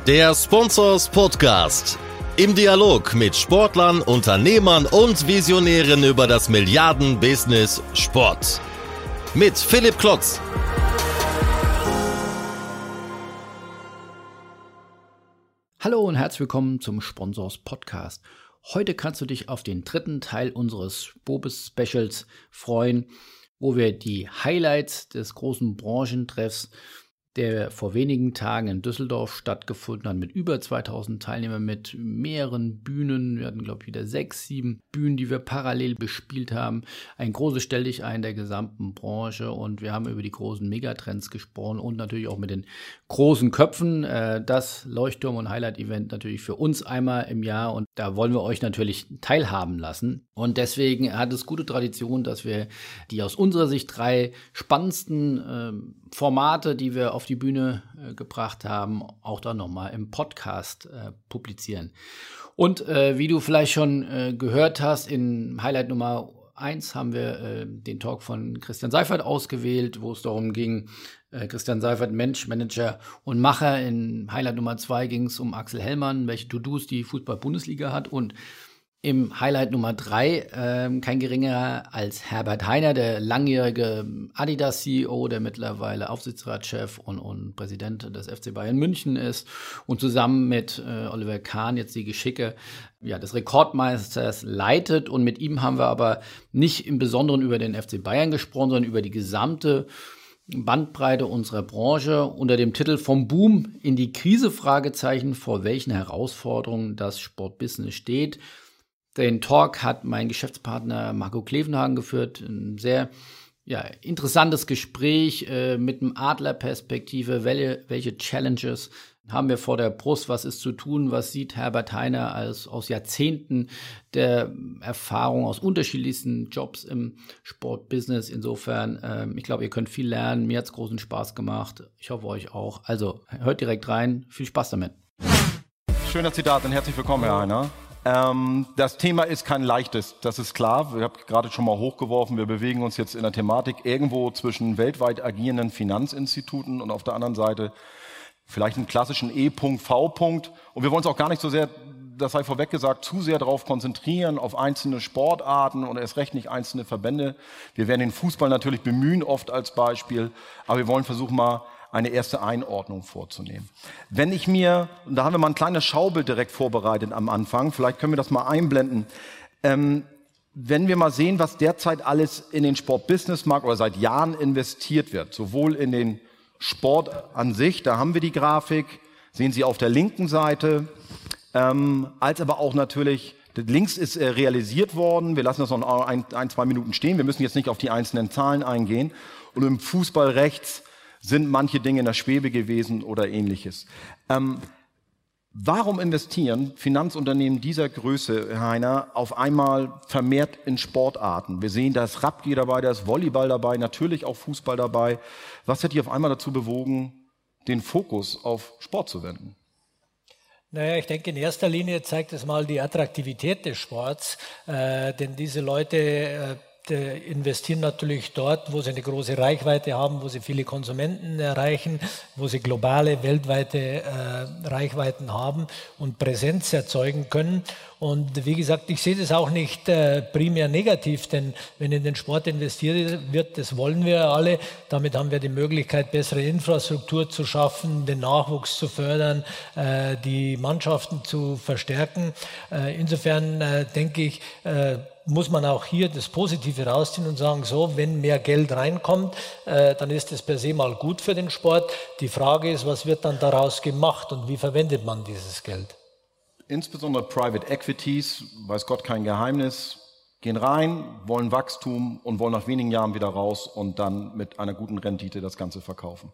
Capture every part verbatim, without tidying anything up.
Der Sponsors Podcast. Im Dialog mit Sportlern, Unternehmern und Visionären über das Milliarden-Business Sport. Mit Philipp Klotz. Hallo und herzlich willkommen zum Sponsors Podcast. Heute kannst du dich auf den dritten Teil unseres Bobis-Specials freuen, wo wir die Highlights des großen Branchentreffs, der vor wenigen Tagen in Düsseldorf stattgefunden hat, mit über zweitausend Teilnehmern, mit mehreren Bühnen. Wir hatten, glaube ich, wieder sechs, sieben Bühnen, die wir parallel bespielt haben. Ein großes Stelldichein der gesamten Branche, und wir haben über die großen Megatrends gesprochen und natürlich auch mit den großen Köpfen. Das Leuchtturm- und Highlight-Event natürlich für uns einmal im Jahr, und da wollen wir euch natürlich teilhaben lassen. Und deswegen hat es gute Tradition, dass wir die aus unserer Sicht drei spannendsten äh, Formate, die wir auf die Bühne äh, gebracht haben, auch dann nochmal im Podcast äh, publizieren. Und äh, wie du vielleicht schon äh, gehört hast, in Highlight Nummer eins haben wir äh, den Talk von Christian Seifert ausgewählt, wo es darum ging, äh, Christian Seifert, Mensch, Manager und Macher. In Highlight Nummer zwei ging es um Axel Hellmann, welche To-Dos die Fußball-Bundesliga hat, und im Highlight Nummer drei ähm, kein geringerer als Herbert Hainer, der langjährige Adidas-C E O, der mittlerweile Aufsichtsratschef und, und Präsident des F C Bayern München ist und zusammen mit äh, Oliver Kahn jetzt die Geschicke ja, des Rekordmeisters leitet. Und mit ihm haben wir aber nicht im Besonderen über den F C Bayern gesprochen, sondern über die gesamte Bandbreite unserer Branche unter dem Titel „Vom Boom in die Krise?" Fragezeichen, vor welchen Herausforderungen das Sportbusiness steht. Den Talk hat mein Geschäftspartner Marco Klevenhagen geführt. Ein sehr ja, interessantes Gespräch äh, mit einem Adlerperspektive. Welche, welche Challenges haben wir vor der Brust? Was ist zu tun? Was sieht Herbert Hainer als, aus Jahrzehnten der Erfahrung aus unterschiedlichsten Jobs im Sportbusiness? Insofern, äh, ich glaube, ihr könnt viel lernen. Mir hat es großen Spaß gemacht. Ich hoffe, euch auch. Also, hört direkt rein. Viel Spaß damit. Schöner Zitat und herzlich willkommen, Herr Hainer. Ähm, das Thema ist kein leichtes, das ist klar. Ich habe gerade schon mal hochgeworfen, wir bewegen uns jetzt in der Thematik irgendwo zwischen weltweit agierenden Finanzinstituten und auf der anderen Seite vielleicht einen klassischen E-Punkt, V-Punkt. Und wir wollen uns auch gar nicht so sehr, das sei vorweg gesagt, zu sehr darauf konzentrieren, auf einzelne Sportarten und erst recht nicht einzelne Verbände. Wir werden den Fußball natürlich bemühen, oft als Beispiel, aber wir wollen versuchen mal, eine erste Einordnung vorzunehmen. Wenn ich mir, und da haben wir mal ein kleines Schaubild direkt vorbereitet am Anfang, vielleicht können wir das mal einblenden, ähm, wenn wir mal sehen, was derzeit alles in den Sportbusinessmarkt oder seit Jahren investiert wird, sowohl in den Sport an sich, da haben wir die Grafik, sehen Sie auf der linken Seite, ähm, als aber auch natürlich, links ist äh, realisiert worden, wir lassen das noch ein, ein, zwei Minuten stehen, wir müssen jetzt nicht auf die einzelnen Zahlen eingehen, und im Fußball rechts sind manche Dinge in der Schwebe gewesen oder Ähnliches. Ähm, warum investieren Finanzunternehmen dieser Größe, Herr Hainer, auf einmal vermehrt in Sportarten? Wir sehen, da ist Rugby dabei, da ist Volleyball dabei, natürlich auch Fußball dabei. Was hat die auf einmal dazu bewogen, den Fokus auf Sport zu wenden? Naja, ich denke, in erster Linie zeigt es mal die Attraktivität des Sports, äh, denn diese Leute äh, investieren natürlich dort, wo sie eine große Reichweite haben, wo sie viele Konsumenten erreichen, wo sie globale, weltweite äh, Reichweiten haben und Präsenz erzeugen können. Und wie gesagt, ich sehe das auch nicht äh, primär negativ, denn wenn in den Sport investiert wird, das wollen wir alle, damit haben wir die Möglichkeit, bessere Infrastruktur zu schaffen, den Nachwuchs zu fördern, äh, die Mannschaften zu verstärken. Äh, insofern äh, denke ich, äh, muss man auch hier das Positive rausziehen und sagen, so, wenn mehr Geld reinkommt, äh, dann ist das per se mal gut für den Sport. Die Frage ist, was wird dann daraus gemacht und wie verwendet man dieses Geld? Insbesondere Private Equities, weiß Gott kein Geheimnis, gehen rein, wollen Wachstum und wollen nach wenigen Jahren wieder raus und dann mit einer guten Rendite das Ganze verkaufen.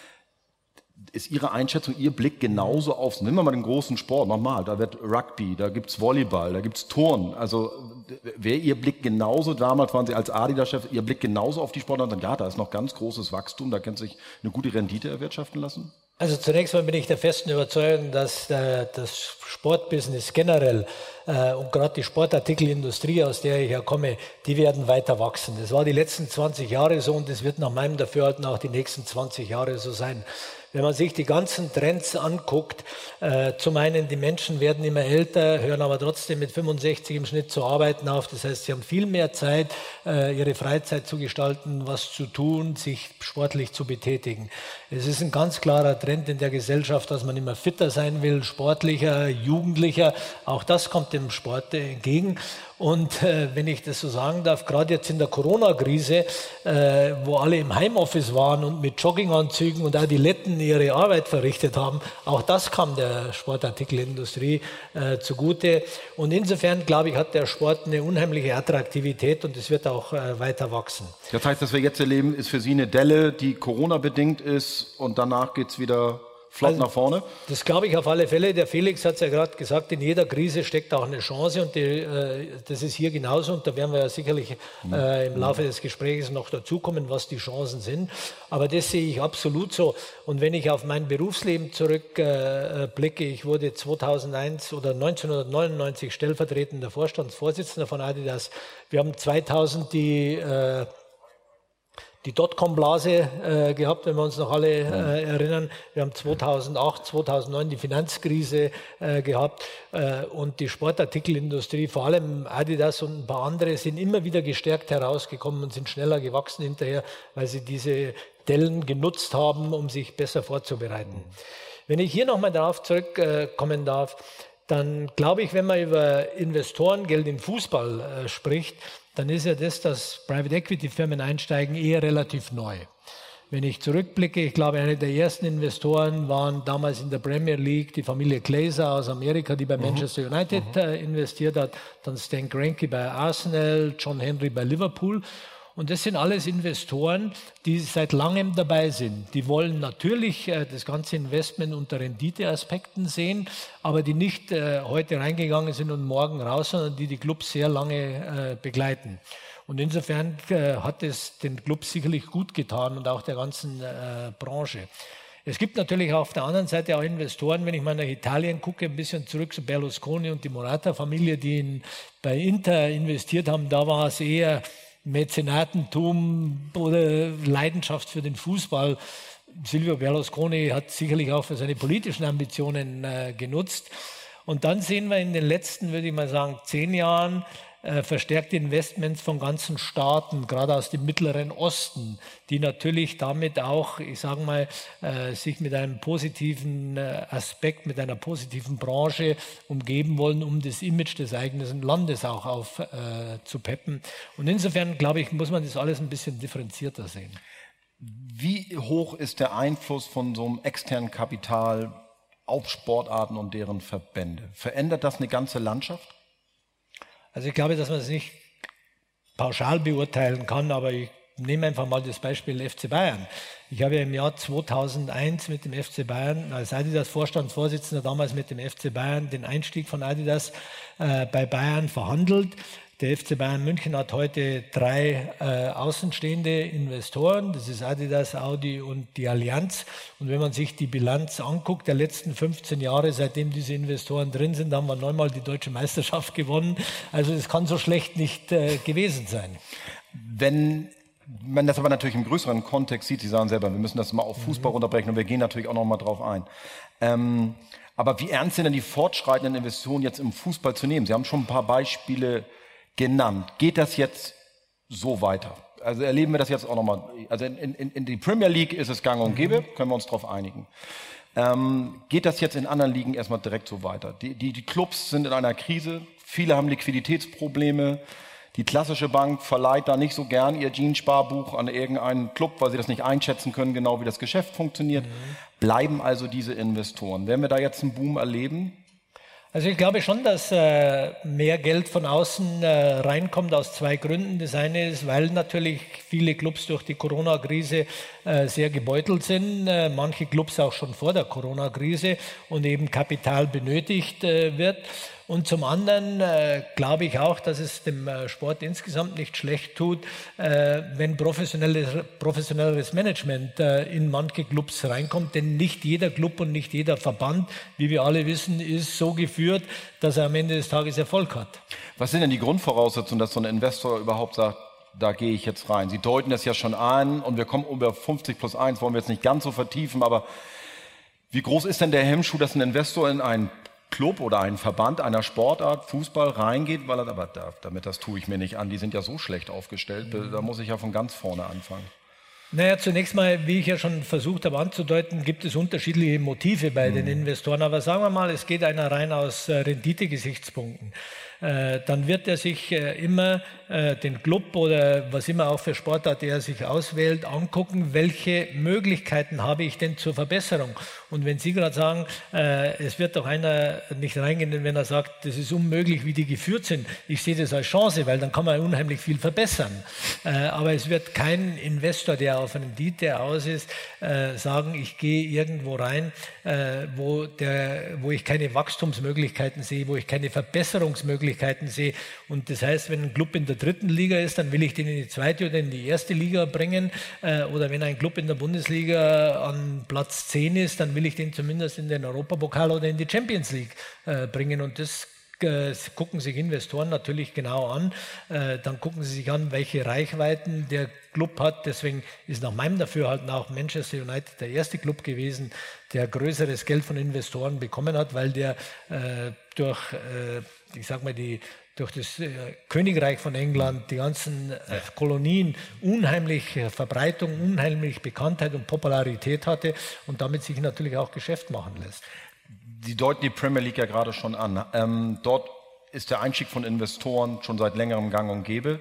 Ist Ihre Einschätzung, Ihr Blick genauso auf, nehmen wir mal den großen Sport, nochmal, da wird Rugby, da gibt's Volleyball, da gibt's Turnen, also wäre Ihr Blick genauso, damals waren Sie als Adidas-Chef, Ihr Blick genauso auf die Sportarten, ja, da ist noch ganz großes Wachstum, da kann sich eine gute Rendite erwirtschaften lassen? Also zunächst mal bin ich der festen Überzeugung, dass äh, das Sportbusiness generell äh, und gerade die Sportartikelindustrie, aus der ich ja komme, die werden weiter wachsen. Das war die letzten zwanzig Jahre so und das wird nach meinem Dafürhalten auch die nächsten zwanzig Jahre so sein. Wenn man sich die ganzen Trends anguckt, äh, zum einen, die Menschen werden immer älter, hören aber trotzdem mit fünfundsechzig im Schnitt zu arbeiten auf. Das heißt, sie haben viel mehr Zeit, äh, ihre Freizeit zu gestalten, was zu tun, sich sportlich zu betätigen. Es ist ein ganz klarer Trend in der Gesellschaft, dass man immer fitter sein will, sportlicher, jugendlicher. Auch das kommt dem Sport entgegen. Und äh, wenn ich das so sagen darf, gerade jetzt in der Corona-Krise, äh, wo alle im Heimoffice waren und mit Jogginganzügen und Adiletten ihre Arbeit verrichtet haben, auch das kam der Sportartikelindustrie äh, zugute. Und insofern, glaube ich, hat der Sport eine unheimliche Attraktivität und es wird auch äh, weiter wachsen. Das heißt, was wir jetzt erleben, ist für Sie eine Delle, die Corona-bedingt ist und danach geht es wieder flott also, nach vorne? Das glaube ich auf alle Fälle. Der Felix hat es ja gerade gesagt, in jeder Krise steckt auch eine Chance und die, äh, das ist hier genauso und da werden wir ja sicherlich äh, im Laufe des Gesprächs noch dazukommen, was die Chancen sind. Aber das sehe ich absolut so. Und wenn ich auf mein Berufsleben zurückblicke, äh, ich wurde zweitausendeins oder neunzehnhundertneunundneunzig stellvertretender Vorstandsvorsitzender von Adidas. Wir haben zweitausend die äh, die Dotcom-Blase äh, gehabt, wenn wir uns noch alle äh, erinnern. Wir haben zweitausendacht, zweitausendneun die Finanzkrise äh, gehabt äh, und die Sportartikelindustrie, vor allem Adidas und ein paar andere, sind immer wieder gestärkt herausgekommen und sind schneller gewachsen hinterher, weil sie diese Dellen genutzt haben, um sich besser vorzubereiten. Wenn ich hier nochmal darauf zurückkommen äh, darf, dann glaube ich, wenn man über Investorengeld im Fußball äh, spricht, dann ist ja das, dass Private Equity Firmen einsteigen, eher relativ neu. Wenn ich zurückblicke, ich glaube, eine der ersten Investoren waren damals in der Premier League die Familie Glazer aus Amerika, die bei mhm. Manchester United mhm. äh, investiert hat, dann Stan Kroenke bei Arsenal, John Henry bei Liverpool. Und das sind alles Investoren, die seit langem dabei sind. Die wollen natürlich äh, das ganze Investment unter Renditeaspekten sehen, aber die nicht äh, heute reingegangen sind und morgen raus, sondern die die Clubs sehr lange äh, begleiten. Und insofern äh, hat es den Clubs sicherlich gut getan und auch der ganzen äh, Branche. Es gibt natürlich auf der anderen Seite auch Investoren, wenn ich mal nach Italien gucke, ein bisschen zurück zu Berlusconi und die Morata-Familie, die in, bei Inter investiert haben, da war es eher Mäzenatentum oder Leidenschaft für den Fußball. Silvio Berlusconi hat sicherlich auch für seine politischen Ambitionen äh, genutzt. Und dann sehen wir in den letzten, würde ich mal sagen, zehn Jahren äh, verstärkte Investments von ganzen Staaten, gerade aus dem Mittleren Osten, die natürlich damit auch, ich sage mal, äh, sich mit einem positiven äh, Aspekt, mit einer positiven Branche umgeben wollen, um das Image des eigenen Landes auch aufzupeppen. Äh, Und insofern, glaube ich, muss man das alles ein bisschen differenzierter sehen. Wie hoch ist der Einfluss von so einem externen Kapital auf Sportarten und deren Verbände? Verändert das eine ganze Landschaft? Also ich glaube, dass man es nicht pauschal beurteilen kann, aber ich nehme einfach mal das Beispiel F C Bayern. Ich habe ja im Jahr zweitausendeins mit dem F C Bayern als Adidas-Vorstandsvorsitzender damals mit dem F C Bayern den Einstieg von Adidas äh, bei Bayern verhandelt. Der F C Bayern München hat heute drei äh, außenstehende Investoren. Das ist Adidas, Audi und die Allianz. Und wenn man sich die Bilanz anguckt, der letzten fünfzehn Jahre, seitdem diese Investoren drin sind, haben wir neunmal die deutsche Meisterschaft gewonnen. Also es kann so schlecht nicht äh, gewesen sein. Wenn man das aber natürlich im größeren Kontext sieht, Sie sagen selber, wir müssen das mal auf Fußball mhm. runterbrechen und wir gehen natürlich auch noch mal drauf ein. Ähm, aber wie ernst sind denn die fortschreitenden Investitionen jetzt im Fußball zu nehmen? Sie haben schon ein paar Beispiele genannt. Geht das jetzt so weiter? Also erleben wir das jetzt auch nochmal. Also in, in, in die Premier League ist es gang und gäbe, können wir uns darauf einigen. Ähm, geht das jetzt in anderen Ligen erstmal direkt so weiter? Die, die, die Clubs sind in einer Krise, viele haben Liquiditätsprobleme. Die klassische Bank verleiht da nicht so gern ihr Jeans-Sparbuch an irgendeinen Club, weil sie das nicht einschätzen können, genau wie das Geschäft funktioniert. Mhm. Bleiben also diese Investoren. Werden wir da jetzt einen Boom erleben? Also ich glaube schon, dass äh, mehr Geld von außen äh, reinkommt aus zwei Gründen. Das eine ist, weil natürlich viele Clubs durch die Corona-Krise äh, sehr gebeutelt sind, äh, manche Clubs auch schon vor der Corona-Krise und eben Kapital benötigt äh, wird. Und zum anderen äh, glaube ich auch, dass es dem äh, Sport insgesamt nicht schlecht tut, äh, wenn professionelles, professionelleres Management äh, in manche Clubs reinkommt. Denn nicht jeder Club und nicht jeder Verband, wie wir alle wissen, ist so geführt, dass er am Ende des Tages Erfolg hat. Was sind denn die Grundvoraussetzungen, dass so ein Investor überhaupt sagt, da gehe ich jetzt rein? Sie deuten das ja schon an und wir kommen über fünfzig plus eins, wollen wir jetzt nicht ganz so vertiefen, aber Wie groß ist denn der Hemmschuh, dass ein Investor in einen Club oder einen Verband einer Sportart, Fußball, reingeht? Weil er, aber da, damit das tue ich mir nicht an, die sind ja so schlecht aufgestellt, da muss ich ja von ganz vorne anfangen. Naja, zunächst mal, wie ich ja schon versucht habe anzudeuten, gibt es unterschiedliche Motive bei mhm. den Investoren. Aber sagen wir mal, es geht einer rein aus äh, Rendite-Gesichtspunkten. Äh, dann wird er sich äh, immer äh, den Club oder was immer auch für Sportart er sich auswählt, angucken, welche Möglichkeiten habe ich denn zur Verbesserung. Und wenn Sie gerade sagen, äh, es wird doch einer nicht reingehen, wenn er sagt, das ist unmöglich, wie die geführt sind. Ich sehe das als Chance, weil dann kann man unheimlich viel verbessern. Äh, aber es wird kein Investor, der auf Rendite aus ist, äh, sagen, ich gehe irgendwo rein, äh, wo, der, wo ich keine Wachstumsmöglichkeiten sehe, wo ich keine Verbesserungsmöglichkeiten sehe. Und das heißt, wenn ein Club in der dritten Liga ist, dann will ich den in die zweite oder in die erste Liga bringen. Äh, oder wenn ein Club in der Bundesliga an Platz zehn ist, dann will ich den zumindest in den Europapokal oder in die Champions League äh, bringen. Und das gucken sich Investoren natürlich genau an. Äh, dann gucken sie sich an, welche Reichweiten der Club hat. Deswegen ist nach meinem Dafürhalten auch Manchester United der erste Club gewesen, der größeres Geld von Investoren bekommen hat, weil der äh, durch, äh, ich sag mal, die durch das äh, Königreich von England, die ganzen äh, Kolonien unheimlich äh, Verbreitung, unheimlich Bekanntheit und Popularität hatte und damit sich natürlich auch Geschäft machen lässt. Sie deuten die Premier League ja gerade schon an. Ähm, dort ist der Einstieg von Investoren schon seit längerem gang und gäbe.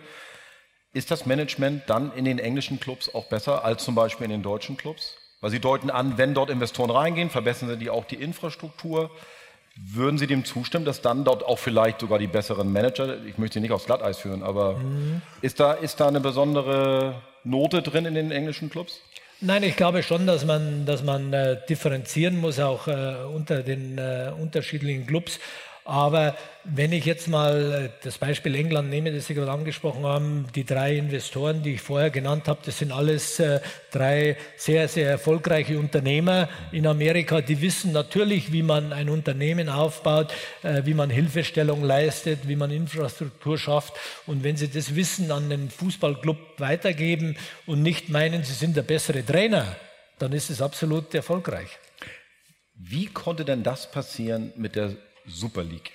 Ist das Management dann in den englischen Clubs auch besser als zum Beispiel in den deutschen Clubs? Weil Sie deuten an, wenn dort Investoren reingehen, verbessern sie die auch die Infrastruktur. Würden Sie dem zustimmen, dass dann dort auch vielleicht sogar die besseren Manager, ich möchte Sie nicht aufs Glatteis führen, aber mhm. ist da, ist da eine besondere Note drin in den englischen Clubs? Nein, ich glaube schon, dass man, dass man äh, differenzieren muss, auch äh, unter den äh, unterschiedlichen Clubs. Aber wenn ich jetzt mal das Beispiel England nehme, das Sie gerade angesprochen haben, die drei Investoren, die ich vorher genannt habe, das sind alles äh, drei sehr, sehr erfolgreiche Unternehmer in Amerika. Die wissen natürlich, wie man ein Unternehmen aufbaut, äh, wie man Hilfestellung leistet, wie man Infrastruktur schafft. Und wenn sie das Wissen an den Fußballclub weitergeben und nicht meinen, sie sind der bessere Trainer, dann ist es absolut erfolgreich. Wie konnte denn das passieren mit der Super League?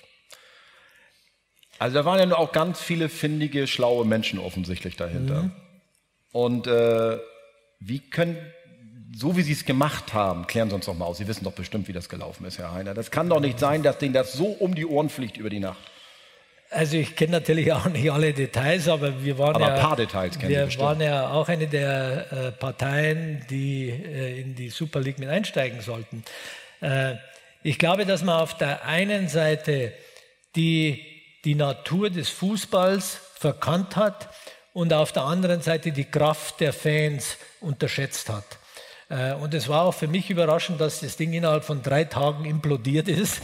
Also da waren ja auch ganz viele findige, schlaue Menschen offensichtlich dahinter. Mhm. Und äh, wie können, so wie Sie es gemacht haben, klären Sie uns doch mal aus, Sie wissen doch bestimmt, wie das gelaufen ist, Herr Heiner. Das kann doch nicht sein, dass denen das so um die Ohren fliegt über die Nacht. Also ich kenne natürlich auch nicht alle Details, aber wir waren aber ja, ein paar Details kennen wir Sie waren ja auch eine der äh, Parteien, die äh, in die Super League mit einsteigen sollten. Äh, Ich glaube, dass man auf der einen Seite die, die Natur des Fußballs verkannt hat und auf der anderen Seite die Kraft der Fans unterschätzt hat. Und es war auch für mich überraschend, dass das Ding innerhalb von drei Tagen implodiert ist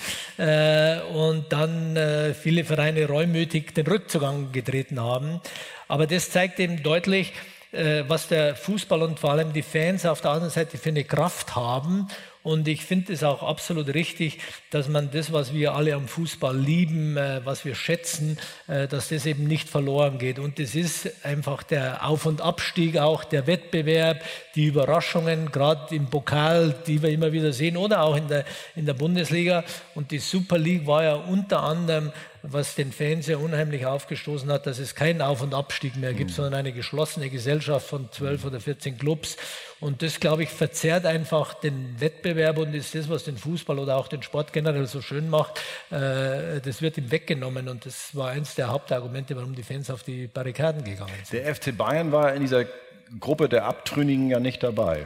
und dann viele Vereine reumütig den Rückzug angetreten haben. Aber das zeigt eben deutlich, was der Fußball und vor allem die Fans auf der anderen Seite für eine Kraft haben. Und ich finde es auch absolut richtig, dass man das, was wir alle am Fußball lieben, äh, was wir schätzen, äh, dass das eben nicht verloren geht. Und das ist einfach der Auf- und Abstieg, auch der Wettbewerb, die Überraschungen, gerade im Pokal, die wir immer wieder sehen, oder auch in der, in der Bundesliga. Und die Super League war ja unter anderem, was den Fans ja unheimlich aufgestoßen hat, dass es keinen Auf- und Abstieg mehr gibt, mhm. sondern eine geschlossene Gesellschaft von zwölf oder vierzehn Clubs. Und das, glaube ich, verzerrt einfach den Wettbewerb und ist das, was den Fußball oder auch den Sport generell so schön macht. Äh, das wird ihm weggenommen und das war eins der Hauptargumente, warum die Fans auf die Barrikaden gegangen sind. Der F C Bayern war in dieser Gruppe der Abtrünnigen ja nicht dabei.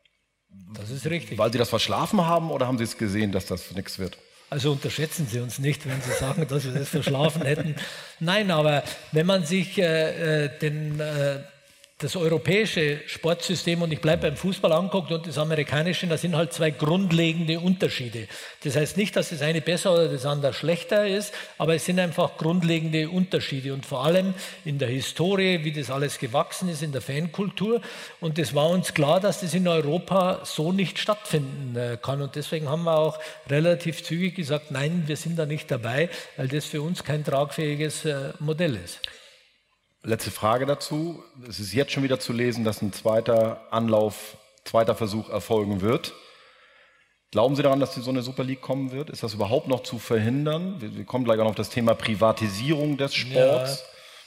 Das ist richtig. Weil Sie das verschlafen haben oder haben Sie es gesehen, dass das nichts wird? Also unterschätzen Sie uns nicht, wenn Sie sagen, dass wir das verschlafen hätten. Nein, aber wenn man sich äh, den... Äh, das europäische Sportsystem, und ich bleibe beim Fußball anguckt, und das amerikanische, da sind halt zwei grundlegende Unterschiede. Das heißt nicht, dass das eine besser oder das andere schlechter ist, aber es sind einfach grundlegende Unterschiede und vor allem in der Historie, wie das alles gewachsen ist, in der Fankultur. Und es war uns klar, dass das in Europa so nicht stattfinden kann. Und deswegen haben wir auch relativ zügig gesagt, nein, wir sind da nicht dabei, weil das für uns kein tragfähiges Modell ist. Letzte Frage dazu. Es ist jetzt schon wieder zu lesen, dass ein zweiter Anlauf, zweiter Versuch erfolgen wird. Glauben Sie daran, dass so eine Super League kommen wird? Ist das überhaupt noch zu verhindern? Wir, wir kommen gleich auch noch auf das Thema Privatisierung des Sports. Ja.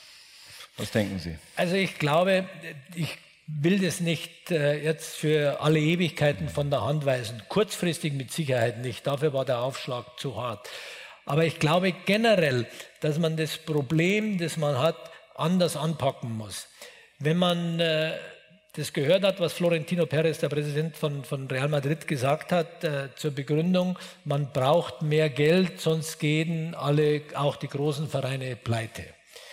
Was denken Sie? Also ich glaube, ich will das nicht äh, jetzt für alle Ewigkeiten von der Hand weisen. Kurzfristig mit Sicherheit nicht. Dafür war der Aufschlag zu hart. Aber ich glaube generell, dass man das Problem, das man hat, anders anpacken muss. Wenn man äh, das gehört hat, was Florentino Perez, der Präsident von, von Real Madrid, gesagt hat, äh, zur Begründung, man braucht mehr Geld, sonst gehen alle, auch die großen Vereine, pleite.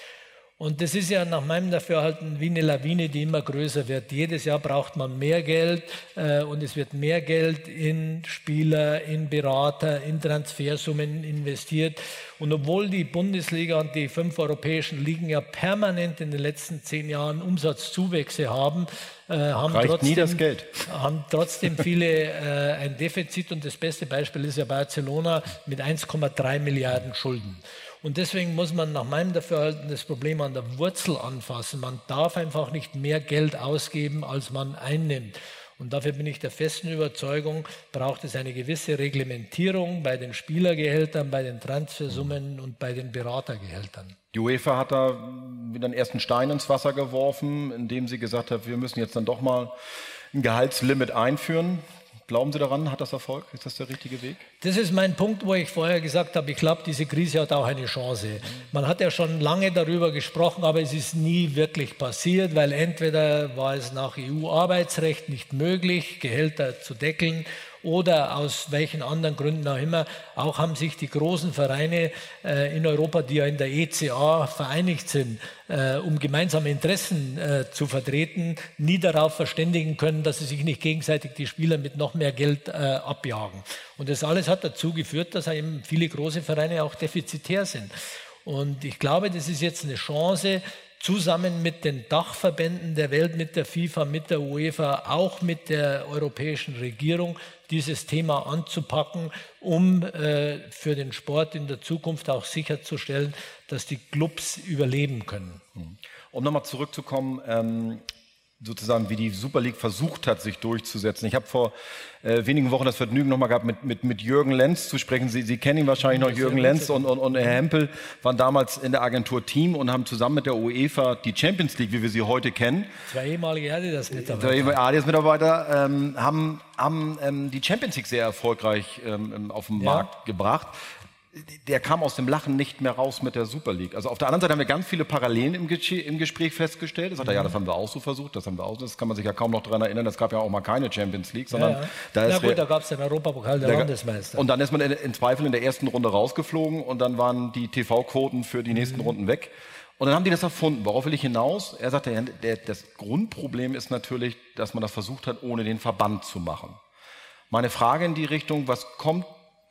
Und das ist ja nach meinem Dafürhalten wie eine Lawine, die immer größer wird. Jedes Jahr braucht man mehr Geld äh, und es wird mehr Geld in Spieler, in Berater, in Transfersummen investiert. Und obwohl die Bundesliga und die fünf europäischen Ligen ja permanent in den letzten zehn Jahren Umsatzzuwächse haben, äh, haben, Reicht trotzdem, nie das Geld. haben trotzdem viele äh, ein Defizit. Und das beste Beispiel ist ja Barcelona mit eins Komma drei Milliarden Schulden. Und deswegen muss man nach meinem Dafürhalten das Problem an der Wurzel anfassen. Man darf einfach nicht mehr Geld ausgeben, als man einnimmt. Und dafür bin ich der festen Überzeugung, braucht es eine gewisse Reglementierung bei den Spielergehältern, bei den Transfersummen und bei den Beratergehältern. Die UEFA hat da wieder einen ersten Stein ins Wasser geworfen, indem sie gesagt hat, wir müssen jetzt dann doch mal ein Gehaltslimit einführen. Glauben Sie daran, hat das Erfolg? Ist das der richtige Weg? Das ist mein Punkt, wo ich vorher gesagt habe, ich glaube, diese Krise hat auch eine Chance. Man hat ja schon lange darüber gesprochen, aber es ist nie wirklich passiert, weil entweder war es nach E U-Arbeitsrecht nicht möglich, Gehälter zu deckeln, oder aus welchen anderen Gründen auch immer. Auch haben sich die großen Vereine äh, in Europa, die ja in der E C A vereinigt sind, äh, um gemeinsame Interessen äh, zu vertreten, nie darauf verständigen können, dass sie sich nicht gegenseitig die Spieler mit noch mehr Geld äh, abjagen. Und das alles hat dazu geführt, dass eben viele große Vereine auch defizitär sind. Und ich glaube, das ist jetzt eine Chance, zusammen mit den Dachverbänden der Welt, mit der FIFA, mit der UEFA, auch mit der europäischen Regierung, dieses Thema anzupacken, um äh, für den Sport in der Zukunft auch sicherzustellen, dass die Clubs überleben können. Um nochmal zurückzukommen, ähm sozusagen wie die Super League versucht hat, sich durchzusetzen. Ich habe vor äh, wenigen Wochen das Vergnügen nochmal gehabt, mit, mit, mit Jürgen Lenz zu sprechen. Sie, Sie kennen ihn wahrscheinlich noch. Jürgen Lenz und, und, und Herr Hempel waren damals in der Agentur Team und haben zusammen mit der UEFA die Champions League, wie wir sie heute kennen, zwei ehemalige Adidas-Mitarbeiter, zwei ehemalige Adidas-Mitarbeiter ähm, haben, haben ähm, die Champions League sehr erfolgreich ähm, auf den ja. Markt gebracht. Der kam aus dem Lachen nicht mehr raus mit der Super League. Also auf der anderen Seite haben wir ganz viele Parallelen im, Ge- im Gespräch festgestellt. Er sagt, mhm. ja, das haben wir auch so versucht, das haben wir auch so. Das kann man sich ja kaum noch daran erinnern. Es gab ja auch mal keine Champions League, sondern ja, ja. da ist... Na gut, da gab es den Europapokal der, der Landesmeister. Und dann ist man in, in Zweifel in der ersten Runde rausgeflogen und dann waren die T V-Quoten für die nächsten mhm. Runden weg. Und dann haben die das erfunden. Worauf will ich hinaus? Er sagte, der, der, das Grundproblem ist natürlich, dass man das versucht hat, ohne den Verband zu machen. Meine Frage in die Richtung, was kommt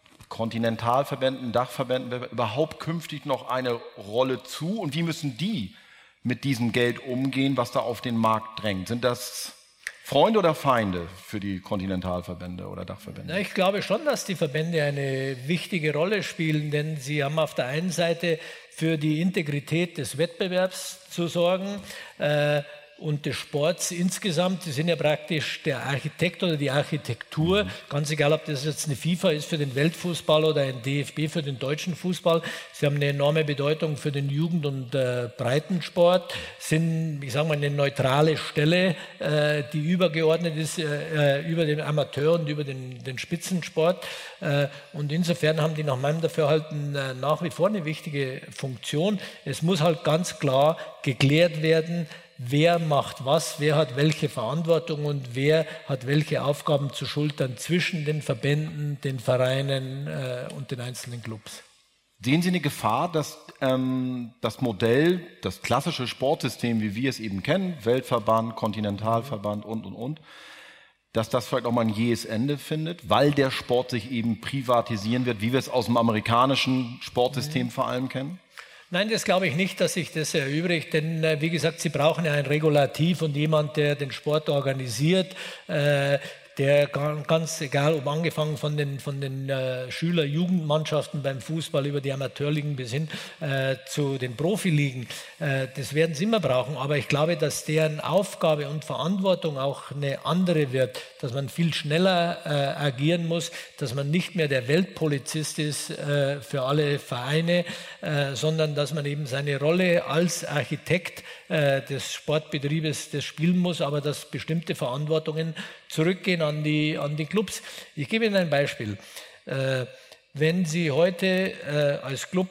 Kontinentalverbänden, Dachverbänden überhaupt künftig noch eine Rolle zu? Und wie müssen die mit diesem Geld umgehen, was da auf den Markt drängt? Sind das Freunde oder Feinde für die Kontinentalverbände oder Dachverbände? Na, ich glaube schon, dass die Verbände eine wichtige Rolle spielen, denn sie haben auf der einen Seite für die Integrität des Wettbewerbs zu sorgen, äh, und des Sports insgesamt. Sie sind ja praktisch der Architekt oder die Architektur, mhm. ganz egal, ob das jetzt eine FIFA ist für den Weltfußball oder ein D F B für den deutschen Fußball. Sie haben eine enorme Bedeutung für den Jugend- und äh, Breitensport, sind, ich sage mal, eine neutrale Stelle, äh, die übergeordnet ist äh, über den Amateur und über den, den Spitzensport. Äh, und insofern haben die nach meinem Dafürhalten äh, nach wie vor eine wichtige Funktion. Es muss halt ganz klar geklärt werden, wer macht was, wer hat welche Verantwortung und wer hat welche Aufgaben zu schultern zwischen den Verbänden, den Vereinen äh, und den einzelnen Clubs. Sehen Sie eine Gefahr, dass ähm, das Modell, das klassische Sportsystem, wie wir es eben kennen, Weltverband, Kontinentalverband und, und, und, dass das vielleicht auch mal ein jähes Ende findet, weil der Sport sich eben privatisieren wird, wie wir es aus dem amerikanischen Sportsystem mhm. vor allem kennen? Nein, das glaube ich nicht, dass sich das erübrigt, denn äh, wie gesagt, Sie brauchen ja ein Regulativ und jemand, der den Sport organisiert. Äh, der ganz egal, ob angefangen von den, von den äh, Schüler-Jugendmannschaften beim Fußball über die Amateurligen bis hin äh, zu den Profiligen, äh, das werden sie immer brauchen. Aber ich glaube, dass deren Aufgabe und Verantwortung auch eine andere wird, dass man viel schneller äh, agieren muss, dass man nicht mehr der Weltpolizist ist äh, für alle Vereine, äh, sondern dass man eben seine Rolle als Architekt äh, des Sportbetriebes das spielen muss, aber dass bestimmte Verantwortungen zurückgehen an die, an die Clubs. Ich gebe Ihnen ein Beispiel. Äh, wenn Sie heute äh, als Club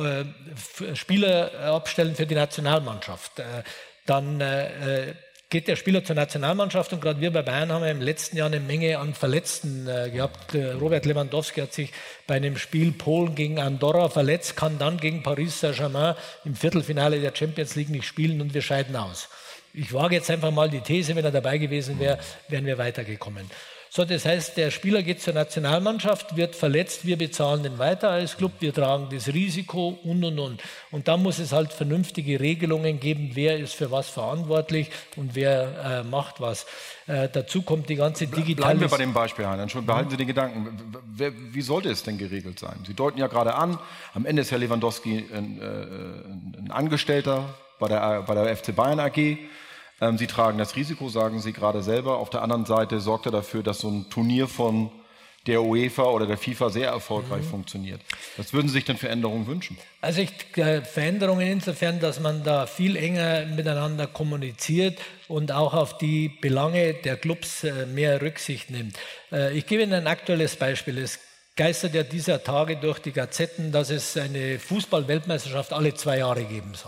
äh, Spieler abstellen für die Nationalmannschaft, äh, dann äh, geht der Spieler zur Nationalmannschaft und gerade wir bei Bayern haben ja im letzten Jahr eine Menge an Verletzten äh, gehabt. Äh, Robert Lewandowski hat sich bei einem Spiel Polen gegen Andorra verletzt, kann dann gegen Paris Saint-Germain im Viertelfinale der Champions League nicht spielen und wir scheiden aus. Ich wage jetzt einfach mal die These, wenn er dabei gewesen wäre, wären wir weitergekommen. So, das heißt, der Spieler geht zur Nationalmannschaft, wird verletzt, wir bezahlen den weiter als Club, wir tragen das Risiko und, und, und. Und da muss es halt vernünftige Regelungen geben, wer ist für was verantwortlich und wer äh, macht was. Äh, dazu kommt die ganze Digitalisierung. Bleiben wir bei dem Beispiel, Heiner. Entschuldigung, behalten Sie den Gedanken. Wer, wie sollte es denn geregelt sein? Sie deuten ja gerade an, am Ende ist Herr Lewandowski ein, äh, ein Angestellter bei der, bei der F C Bayern A G. Sie tragen das Risiko, sagen Sie gerade selber. Auf der anderen Seite sorgt er dafür, dass so ein Turnier von der UEFA oder der FIFA sehr erfolgreich mhm. funktioniert. Was würden Sie sich denn für Änderungen wünschen? Also ich, äh, Veränderungen insofern, dass man da viel enger miteinander kommuniziert und auch auf die Belange der Clubs äh, mehr Rücksicht nimmt. Äh, ich gebe Ihnen ein aktuelles Beispiel. Es geistert ja dieser Tage durch die Gazetten, dass es eine Fußball-Weltmeisterschaft alle zwei Jahre geben soll.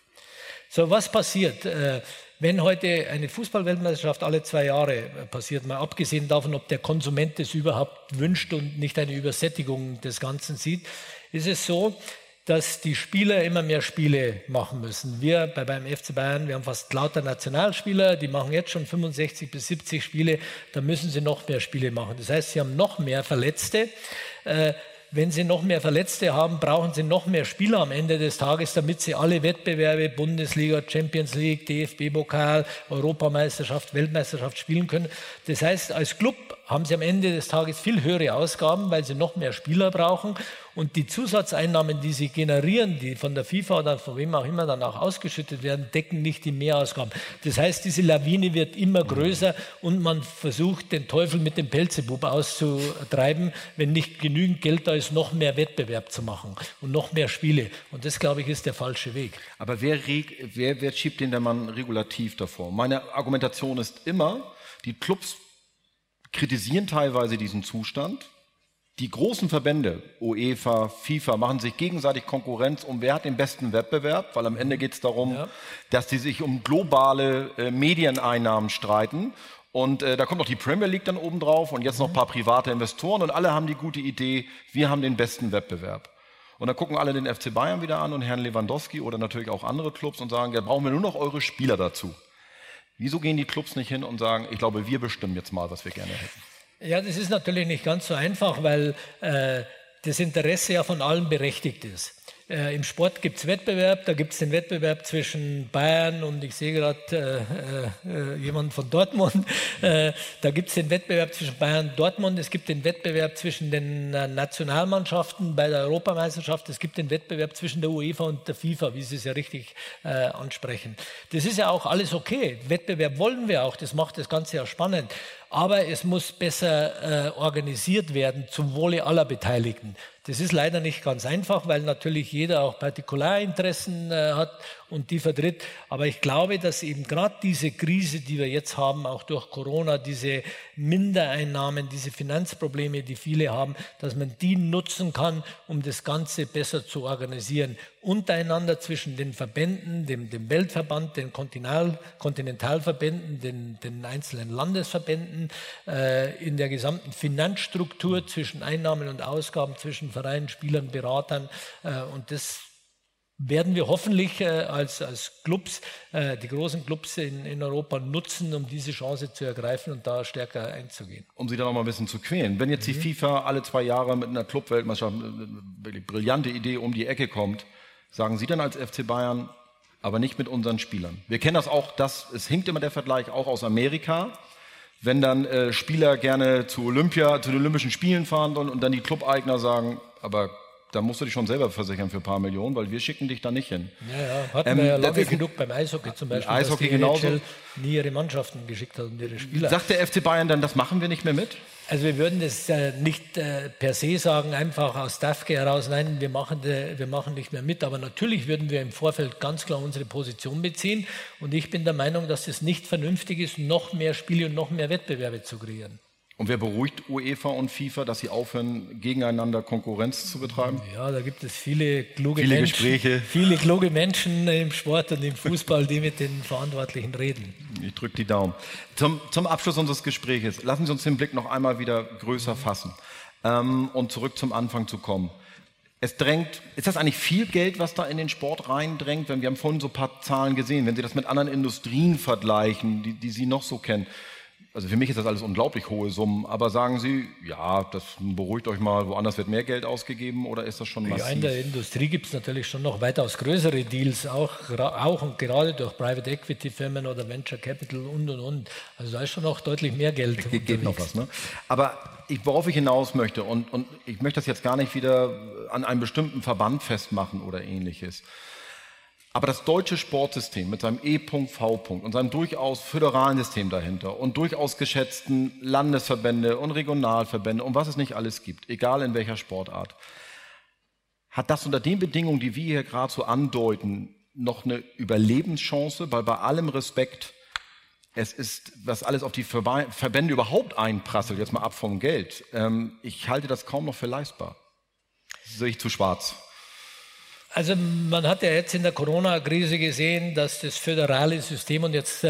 So, was passiert? Äh, Wenn heute eine Fußball-Weltmeisterschaft alle zwei Jahre passiert, mal abgesehen davon, ob der Konsument es überhaupt wünscht und nicht eine Übersättigung des Ganzen sieht, ist es so, dass die Spieler immer mehr Spiele machen müssen. Wir bei, beim F C Bayern, wir haben fast lauter Nationalspieler, die machen jetzt schon fünfundsechzig bis siebzig Spiele, da müssen sie noch mehr Spiele machen. Das heißt, sie haben noch mehr Verletzte. Äh, Wenn Sie noch mehr Verletzte haben, brauchen Sie noch mehr Spieler am Ende des Tages, damit Sie alle Wettbewerbe, Bundesliga, Champions League, D F B-Pokal, Europameisterschaft, Weltmeisterschaft spielen können. Das heißt, als Club haben Sie am Ende des Tages viel höhere Ausgaben, weil Sie noch mehr Spieler brauchen. Und die Zusatzeinnahmen, die Sie generieren, die von der FIFA oder von wem auch immer dann auch ausgeschüttet werden, decken nicht die Mehrausgaben. Das heißt, diese Lawine wird immer größer und man versucht, den Teufel mit dem Pelzebub auszutreiben, wenn nicht genügend Geld da ist, noch mehr Wettbewerb zu machen und noch mehr Spiele. Und das, glaube ich, ist der falsche Weg. Aber wer, wer, wer schiebt den der Mann regulativ davor? Meine Argumentation ist immer, die Clubs kritisieren teilweise diesen Zustand. Die großen Verbände, UEFA, FIFA, machen sich gegenseitig Konkurrenz um, wer hat den besten Wettbewerb, weil am Ende geht es darum, ja. dass sie sich um globale äh, Medieneinnahmen streiten. Und äh, da kommt noch die Premier League dann oben drauf und jetzt noch ein paar private Investoren und alle haben die gute Idee, wir haben den besten Wettbewerb. Und dann gucken alle den F C Bayern wieder an und Herrn Lewandowski oder natürlich auch andere Clubs und sagen, ja, brauchen wir nur noch eure Spieler dazu. Wieso gehen die Clubs nicht hin und sagen, ich glaube, wir bestimmen jetzt mal, was wir gerne hätten? Ja, das ist natürlich nicht ganz so einfach, weil äh, das Interesse ja von allen berechtigt ist. Äh, Im Sport gibt es Wettbewerb, da gibt es den Wettbewerb zwischen Bayern und ich sehe gerade äh, äh, jemanden von Dortmund. Äh, da gibt es den Wettbewerb zwischen Bayern und Dortmund, es gibt den Wettbewerb zwischen den äh, Nationalmannschaften bei der Europameisterschaft, es gibt den Wettbewerb zwischen der UEFA und der FIFA, wie Sie es ja richtig äh, ansprechen. Das ist ja auch alles okay. Wettbewerb wollen wir auch, das macht das Ganze ja spannend. Aber es muss besser äh, organisiert werden zum Wohle aller Beteiligten. Das ist leider nicht ganz einfach, weil natürlich jeder auch Partikularinteressen äh, hat und die vertritt. Aber ich glaube, dass eben gerade diese Krise, die wir jetzt haben, auch durch Corona, diese Mindereinnahmen, diese Finanzprobleme, die viele haben, dass man die nutzen kann, um das Ganze besser zu organisieren. Untereinander zwischen den Verbänden, dem, dem Weltverband, den Kontinental, Kontinentalverbänden, den, den einzelnen Landesverbänden, äh, in der gesamten Finanzstruktur zwischen Einnahmen und Ausgaben, zwischen Vereinen, Spielern, Beratern. Äh, und das werden wir hoffentlich äh, als, als Clubs, äh, die großen Clubs in, in Europa nutzen, um diese Chance zu ergreifen und da stärker einzugehen. Um Sie da noch mal ein bisschen zu quälen. Wenn jetzt die mhm. FIFA alle zwei Jahre mit einer Clubweltmeisterschaft, eine brillante Idee um die Ecke kommt, sagen Sie dann als F C Bayern, aber nicht mit unseren Spielern. Wir kennen das auch, das, es hinkt immer der Vergleich auch aus Amerika. wenn dann äh, Spieler gerne zu Olympia, zu den Olympischen Spielen fahren wollen und dann die Clubeigner sagen, aber da musst du dich schon selber versichern für ein paar Millionen, weil wir schicken dich da nicht hin. Ja, ja, hatten Ähm, wir ja lange das ist- genug beim Eishockey zum Beispiel, Eishockey dass die genauso. N H L nie ihre Mannschaften geschickt hat und ihre Spieler. Sagt der F C Bayern dann, das machen wir nicht mehr mit? Also wir würden das äh, nicht äh, per se sagen, einfach aus Dafke heraus, nein, wir machen, de, wir machen nicht mehr mit. Aber natürlich würden wir im Vorfeld ganz klar unsere Position beziehen. Und ich bin der Meinung, dass es nicht vernünftig ist, noch mehr Spiele und noch mehr Wettbewerbe zu kreieren. Und wer beruhigt UEFA und FIFA, dass sie aufhören, gegeneinander Konkurrenz zu betreiben? Ja, da gibt es viele kluge Viele Menschen, Gespräche. viele kluge Menschen im Sport und im Fußball, die mit den Verantwortlichen reden. Ich drücke die Daumen. Zum, zum Abschluss unseres Gesprächs, lassen Sie uns den Blick noch einmal wieder größer fassen ähm, und zurück zum Anfang zu kommen. Es drängt, ist das eigentlich viel Geld, was da in den Sport reindrängt? Wenn wir haben vorhin so ein paar Zahlen gesehen, wenn Sie das mit anderen Industrien vergleichen, die, die Sie noch so kennen. Also für mich ist das alles unglaublich hohe Summen, aber sagen Sie, ja, das beruhigt euch mal, woanders wird mehr Geld ausgegeben oder ist das schon massiv? Ja, in der Industrie gibt es natürlich schon noch weitaus größere Deals, auch, auch und gerade durch Private Equity Firmen oder Venture Capital und und und. Also da ist schon noch deutlich mehr Geld. Ge geht noch was, ne? Aber ich, worauf ich hinaus möchte, und, und ich möchte das jetzt gar nicht wieder an einem bestimmten Verband festmachen oder ähnliches. Aber das deutsche Sportsystem mit seinem E.V. und seinem durchaus föderalen System dahinter und durchaus geschätzten Landesverbände und Regionalverbände und was es nicht alles gibt, egal in welcher Sportart, hat das unter den Bedingungen, die wir hier gerade so andeuten, noch eine Überlebenschance, weil bei allem Respekt, es ist, was alles auf die Verba- Verbände überhaupt einprasselt, jetzt mal ab vom Geld, ähm, ich halte das kaum noch für leistbar. Sehe ich zu schwarz. Also man hat ja jetzt in der Corona-Krise gesehen, dass das föderale System, und jetzt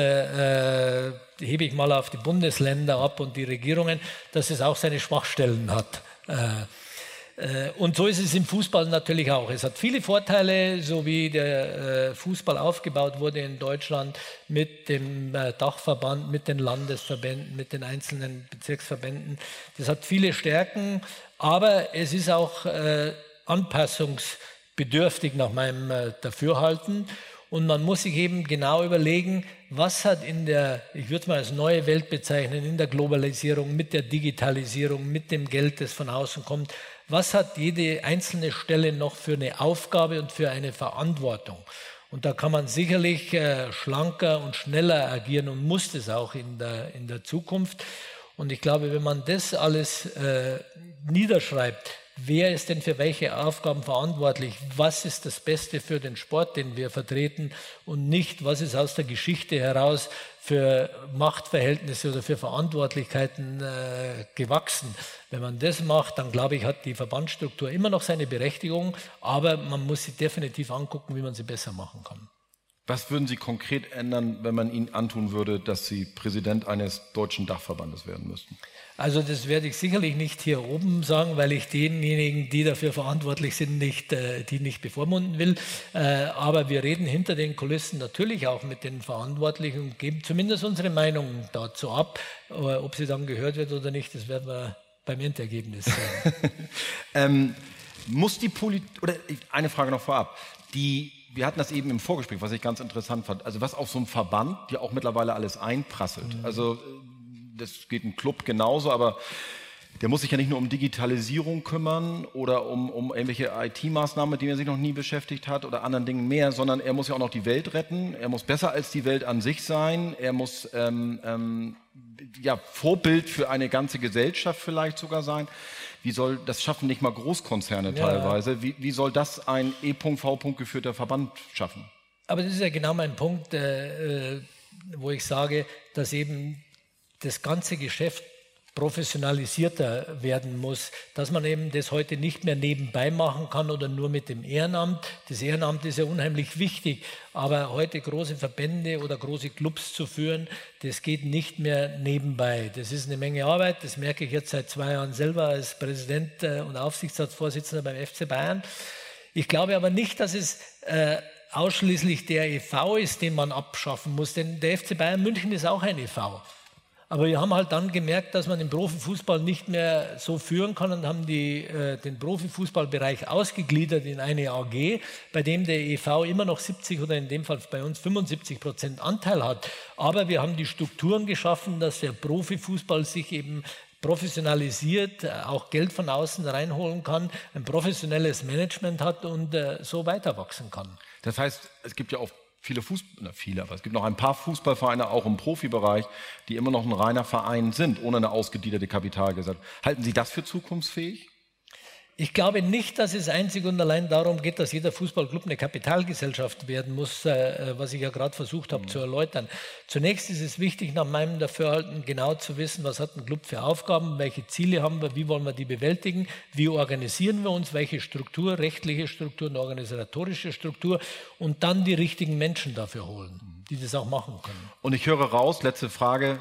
äh, äh, hebe ich mal auf die Bundesländer ab und die Regierungen, dass es auch seine Schwachstellen hat. Äh, äh, und so ist es im Fußball natürlich auch. Es hat viele Vorteile, so wie der äh, Fußball aufgebaut wurde in Deutschland mit dem äh, Dachverband, mit den Landesverbänden, mit den einzelnen Bezirksverbänden. Das hat viele Stärken, aber es ist auch äh, Anpassungs bedürftig nach meinem äh, Dafürhalten. Und man muss sich eben genau überlegen, was hat in der, ich würde es mal als neue Welt bezeichnen, in der Globalisierung, mit der Digitalisierung, mit dem Geld, das von außen kommt, was hat jede einzelne Stelle noch für eine Aufgabe und für eine Verantwortung? Und da kann man sicherlich äh, schlanker und schneller agieren und muss das auch in der, in der Zukunft. Und ich glaube, wenn man das alles äh, niederschreibt, wer ist denn für welche Aufgaben verantwortlich? Was ist das Beste für den Sport, den wir vertreten? Und nicht, was ist aus der Geschichte heraus für Machtverhältnisse oder für Verantwortlichkeiten äh, gewachsen? Wenn man das macht, dann glaube ich, hat die Verbandsstruktur immer noch seine Berechtigung, aber man muss sie definitiv angucken, wie man sie besser machen kann. Was würden Sie konkret ändern, wenn man Ihnen antun würde, dass Sie Präsident eines deutschen Dachverbandes werden müssten? Also das werde ich sicherlich nicht hier oben sagen, weil ich denjenigen, die dafür verantwortlich sind, nicht, äh, die nicht bevormunden will. Äh, aber wir reden hinter den Kulissen natürlich auch mit den Verantwortlichen und geben zumindest unsere Meinung dazu ab. Äh, ob sie dann gehört wird oder nicht, das werden wir beim Endergebnis sehen. ähm, muss die Politik, oder eine Frage noch vorab, die wir hatten das eben im Vorgespräch, was ich ganz interessant fand. Also was auf so einem Verband ja auch mittlerweile alles einprasselt. Mhm. Also das geht im Club genauso, aber der muss sich ja nicht nur um Digitalisierung kümmern oder um, um irgendwelche I T-Maßnahmen, mit denen er sich noch nie beschäftigt hat oder anderen Dingen mehr, sondern er muss ja auch noch die Welt retten. Er muss besser als die Welt an sich sein. Er muss ähm, ähm, ja, Vorbild für eine ganze Gesellschaft vielleicht sogar sein. Wie soll, das schaffen nicht mal Großkonzerne ja. teilweise. Wie, wie soll das ein E.V. geführter Verband schaffen? Aber das ist ja genau mein Punkt, äh, wo ich sage, dass eben das ganze Geschäft professionalisierter werden muss, dass man eben das heute nicht mehr nebenbei machen kann oder nur mit dem Ehrenamt. Das Ehrenamt ist ja unheimlich wichtig, aber heute große Verbände oder große Clubs zu führen, das geht nicht mehr nebenbei. Das ist eine Menge Arbeit, das merke ich jetzt seit zwei Jahren selber als Präsident und Aufsichtsratsvorsitzender beim F C Bayern. Ich glaube aber nicht, dass es äh, ausschließlich der E V ist, den man abschaffen muss, denn der F C Bayern München ist auch ein E V. Aber wir haben halt dann gemerkt, dass man den Profifußball nicht mehr so führen kann und haben die, äh, den Profifußballbereich ausgegliedert in eine A G, bei dem der E V immer noch siebzig oder in dem Fall bei uns fünfundsiebzig Prozent Anteil hat. Aber wir haben die Strukturen geschaffen, dass der Profifußball sich eben professionalisiert, auch Geld von außen reinholen kann, ein professionelles Management hat und äh, so weiter wachsen kann. Das heißt, es gibt ja auch viele Fußball, viele, aber es gibt noch ein paar Fußballvereine, auch im Profibereich, die immer noch ein reiner Verein sind, ohne eine ausgegliederte Kapitalgesellschaft. Halten Sie das für zukunftsfähig? Ich glaube nicht, dass es einzig und allein darum geht, dass jeder Fußballclub eine Kapitalgesellschaft werden muss, äh, was ich ja gerade versucht habe mhm. zu erläutern. Zunächst ist es wichtig, nach meinem Dafürhalten genau zu wissen, was hat ein Club für Aufgaben, welche Ziele haben wir, wie wollen wir die bewältigen, wie organisieren wir uns, welche Struktur, rechtliche Struktur und organisatorische Struktur und dann die richtigen Menschen dafür holen, mhm. die das auch machen können. Und ich höre raus, letzte Frage,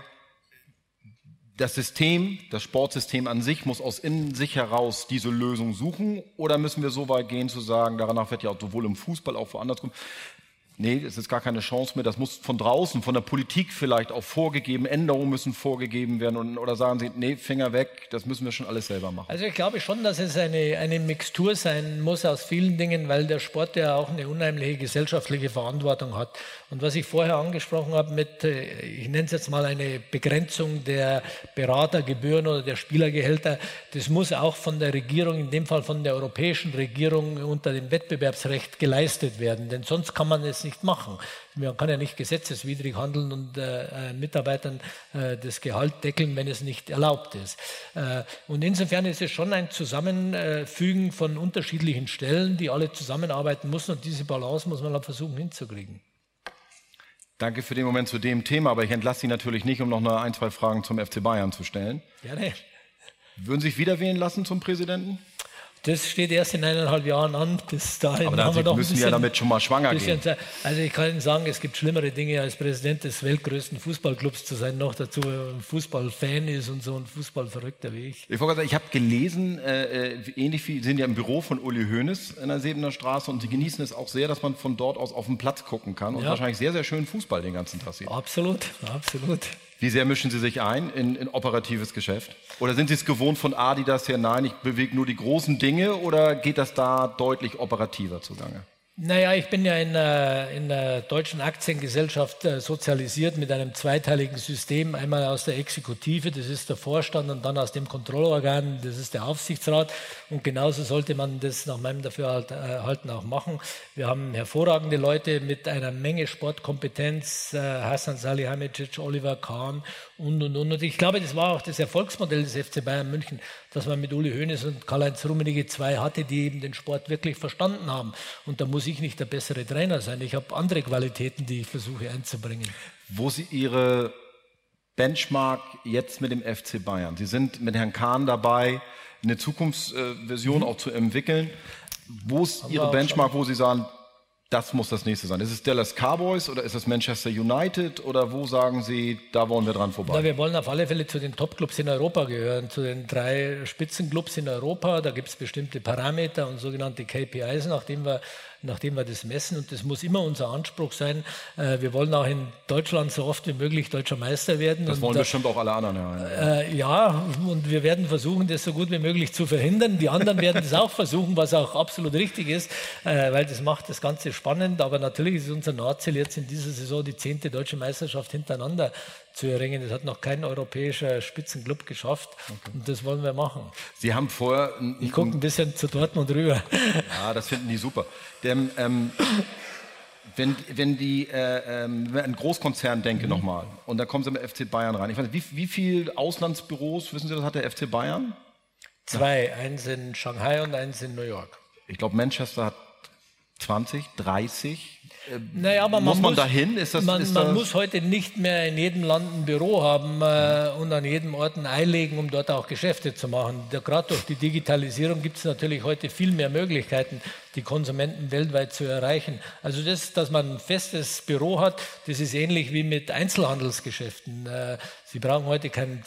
das System, das Sportsystem an sich muss aus innen sich heraus diese Lösung suchen, oder müssen wir so weit gehen zu sagen, danach wird ja auch sowohl im Fußball auch woanders kommen, nee, es ist gar keine Chance mehr, das muss von draußen, von der Politik vielleicht auch vorgegeben, Änderungen müssen vorgegeben werden, und, oder sagen Sie, nee, Finger weg, das müssen wir schon alles selber machen? Also ich glaube schon, dass es eine, eine Mixtur sein muss aus vielen Dingen, weil der Sport ja auch eine unheimliche gesellschaftliche Verantwortung hat. Und was ich vorher angesprochen habe mit, ich nenne es jetzt mal eine Begrenzung der Beratergebühren oder der Spielergehälter, das muss auch von der Regierung, in dem Fall von der europäischen Regierung unter dem Wettbewerbsrecht geleistet werden, denn sonst kann man es nicht machen. Man kann ja nicht gesetzeswidrig handeln und äh, Mitarbeitern äh, das Gehalt deckeln, wenn es nicht erlaubt ist. Äh, und insofern ist es schon ein Zusammenfügen von unterschiedlichen Stellen, die alle zusammenarbeiten müssen, und diese Balance muss man dann versuchen hinzukriegen. Danke für den Moment zu dem Thema, aber ich entlasse Sie natürlich nicht, um noch eine ein, zwei Fragen zum F C Bayern zu stellen. Gerne. Würden Sie sich wieder wählen lassen zum Präsidenten? Das steht erst in eineinhalb Jahren an. Bis dahin aber dann haben wir noch müssen ein bisschen, ja damit schon mal schwanger gehen. Also ich kann Ihnen sagen, es gibt schlimmere Dinge, als Präsident des weltgrößten Fußballclubs zu sein, noch dazu ein Fußballfan ist und so ein Fußballverrückter wie ich. Ich, ich habe gelesen, äh, ähnlich wie, Sie sind ja im Büro von Uli Hoeneß in der Sebener Straße, und Sie genießen es auch sehr, dass man von dort aus auf den Platz gucken kann und ja. wahrscheinlich sehr, sehr schön Fußball den ganzen Tag sieht. Absolut, absolut. Wie sehr mischen Sie sich ein in, in operatives Geschäft? Oder sind Sie es gewohnt von Adidas her, nein, ich bewege nur die großen Dinge, oder geht das da deutlich operativer zugange? Naja, ich bin ja in einer, in einer deutschen Aktiengesellschaft äh, sozialisiert mit einem zweiteiligen System. Einmal aus der Exekutive, das ist der Vorstand, und dann aus dem Kontrollorgan, das ist der Aufsichtsrat. Und genauso sollte man das nach meinem Dafürhalten auch machen. Wir haben hervorragende Leute mit einer Menge Sportkompetenz, äh, Hasan Salihamidzic, Oliver Kahn und, und, und. Und ich glaube, das war auch das Erfolgsmodell des F C Bayern München, dass man mit Uli Hoeneß und Karl-Heinz Rummenigge zwei hatte, die eben den Sport wirklich verstanden haben. Und da muss ich nicht der bessere Trainer sein. Ich habe andere Qualitäten, die ich versuche einzubringen. Wo Sie Ihre Benchmark jetzt mit dem F C Bayern? Sie sind mit Herrn Kahn dabei, eine Zukunftsvision mhm. auch zu entwickeln. Wo ist Ihre Benchmark, wo Sie sagen, das muss das nächste sein? Ist es Dallas Cowboys oder ist es Manchester United, oder wo sagen Sie, da wollen wir dran vorbei? Na, wir wollen auf alle Fälle zu den Top-Clubs in Europa gehören, zu den drei Spitzenclubs in Europa. Da gibt es bestimmte Parameter und sogenannte K P Is, nachdem wir, nachdem wir das messen, und das muss immer unser Anspruch sein. Wir wollen auch in Deutschland so oft wie möglich deutscher Meister werden. Das wollen und, bestimmt auch alle anderen. Ja, äh, ja, und wir werden versuchen, das so gut wie möglich zu verhindern. Die anderen werden das auch versuchen, was auch absolut richtig ist, äh, weil das macht das Ganze spannend. Aber natürlich ist unser Nordziel jetzt in dieser Saison die zehnte deutsche Meisterschaft hintereinander zu erringen. Das hat noch kein europäischer Spitzenclub geschafft, okay. Und das wollen wir machen. Sie haben vorher... Ich gucke ein bisschen zu Dortmund rüber. Ja, das finden die super. Denn, ähm, wenn, wenn, die, äh, ähm, wenn ein Großkonzern denke mhm. nochmal, und da kommen Sie mit F C Bayern rein. Ich weiß nicht, wie, wie viele Auslandsbüros, wissen Sie, das hat der F C Bayern? Zwei, ja. Eins in Shanghai und eins in New York. Ich glaube, Manchester hat zwanzig, dreißig. Naja, aber muss man muss, dahin? Ist das, man ist man das muss heute nicht mehr in jedem Land ein Büro haben äh, und an jedem Ort ein Ei legen, um dort auch Geschäfte zu machen. Gerade durch die Digitalisierung gibt es natürlich heute viel mehr Möglichkeiten, die Konsumenten weltweit zu erreichen. Also das, dass man ein festes Büro hat, das ist ähnlich wie mit Einzelhandelsgeschäften. Äh, Sie brauchen heute kein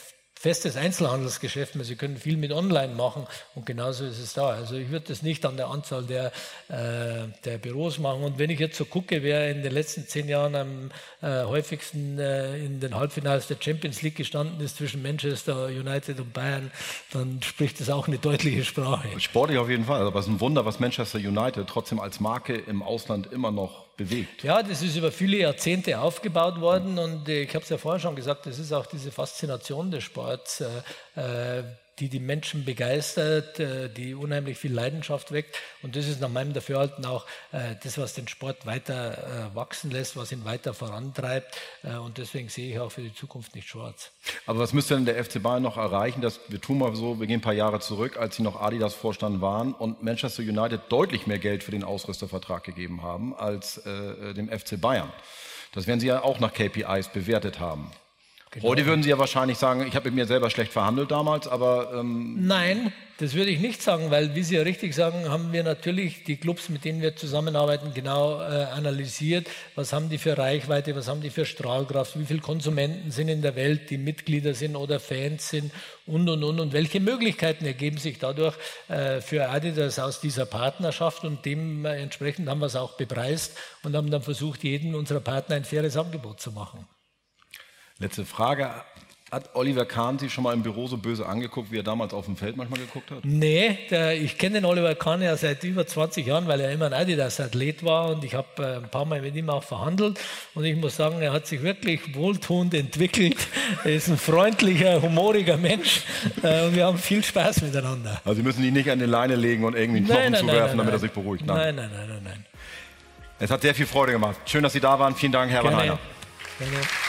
festes Einzelhandelsgeschäft mehr. Sie können viel mit Online machen und genauso ist es da. Also ich würde das nicht an der Anzahl der, äh, der Büros machen. Und wenn ich jetzt so gucke, wer in den letzten zehn Jahren am äh, häufigsten äh, in den Halbfinals der Champions League gestanden ist zwischen Manchester United und Bayern, dann spricht das auch eine deutliche Sprache. Sportlich auf jeden Fall, aber es ist ein Wunder, was Manchester United trotzdem als Marke im Ausland immer noch bewegt. Ja, das ist über viele Jahrzehnte aufgebaut worden und ich habe es ja vorher schon gesagt, das ist auch diese Faszination des Sports, äh, die die Menschen begeistert, äh, die unheimlich viel Leidenschaft weckt und das ist nach meinem Dafürhalten auch äh, das, was den Sport weiter äh, wachsen lässt, was ihn weiter vorantreibt äh, und deswegen sehe ich auch für die Zukunft nicht schwarz. Aber was müsste denn der F C Bayern noch erreichen? Dass, wir tun mal so, wir gehen ein paar Jahre zurück, als sie noch Adidas-Vorstand waren und Manchester United deutlich mehr Geld für den Ausrüstervertrag gegeben haben als äh, dem F C Bayern. Das werden sie ja auch nach K P Is bewertet haben. Genau. Heute würden Sie ja wahrscheinlich sagen, ich habe mit mir selber schlecht verhandelt damals, aber... Ähm Nein, das würde ich nicht sagen, weil, wie Sie ja richtig sagen, haben wir natürlich die Clubs, mit denen wir zusammenarbeiten, genau äh, analysiert. Was haben die für Reichweite, was haben die für Strahlkraft, wie viele Konsumenten sind in der Welt, die Mitglieder sind oder Fans sind und, und, und. Und welche Möglichkeiten ergeben sich dadurch äh, für Adidas aus dieser Partnerschaft und dementsprechend haben wir es auch bepreist und haben dann versucht, jedem unserer Partner ein faires Angebot zu machen. Letzte Frage. Hat Oliver Kahn Sie schon mal im Büro so böse angeguckt, wie er damals auf dem Feld manchmal geguckt hat? Nee, der, ich kenne den Oliver Kahn ja seit über zwanzig Jahren, weil er immer ein Adidas-Athlet war und ich habe äh, ein paar Mal mit ihm auch verhandelt und ich muss sagen, er hat sich wirklich wohltuend entwickelt. Er ist ein freundlicher, humoriger Mensch äh, und wir haben viel Spaß miteinander. Also Sie müssen ihn nicht an die Leine legen und irgendwie einen Knochen nein, zuwerfen, nein, nein, damit nein. er sich beruhigt? Nein, nein, nein, nein, nein. Es hat sehr viel Freude gemacht. Schön, dass Sie da waren. Vielen Dank, Herr Gerne. Heiner. Gerne.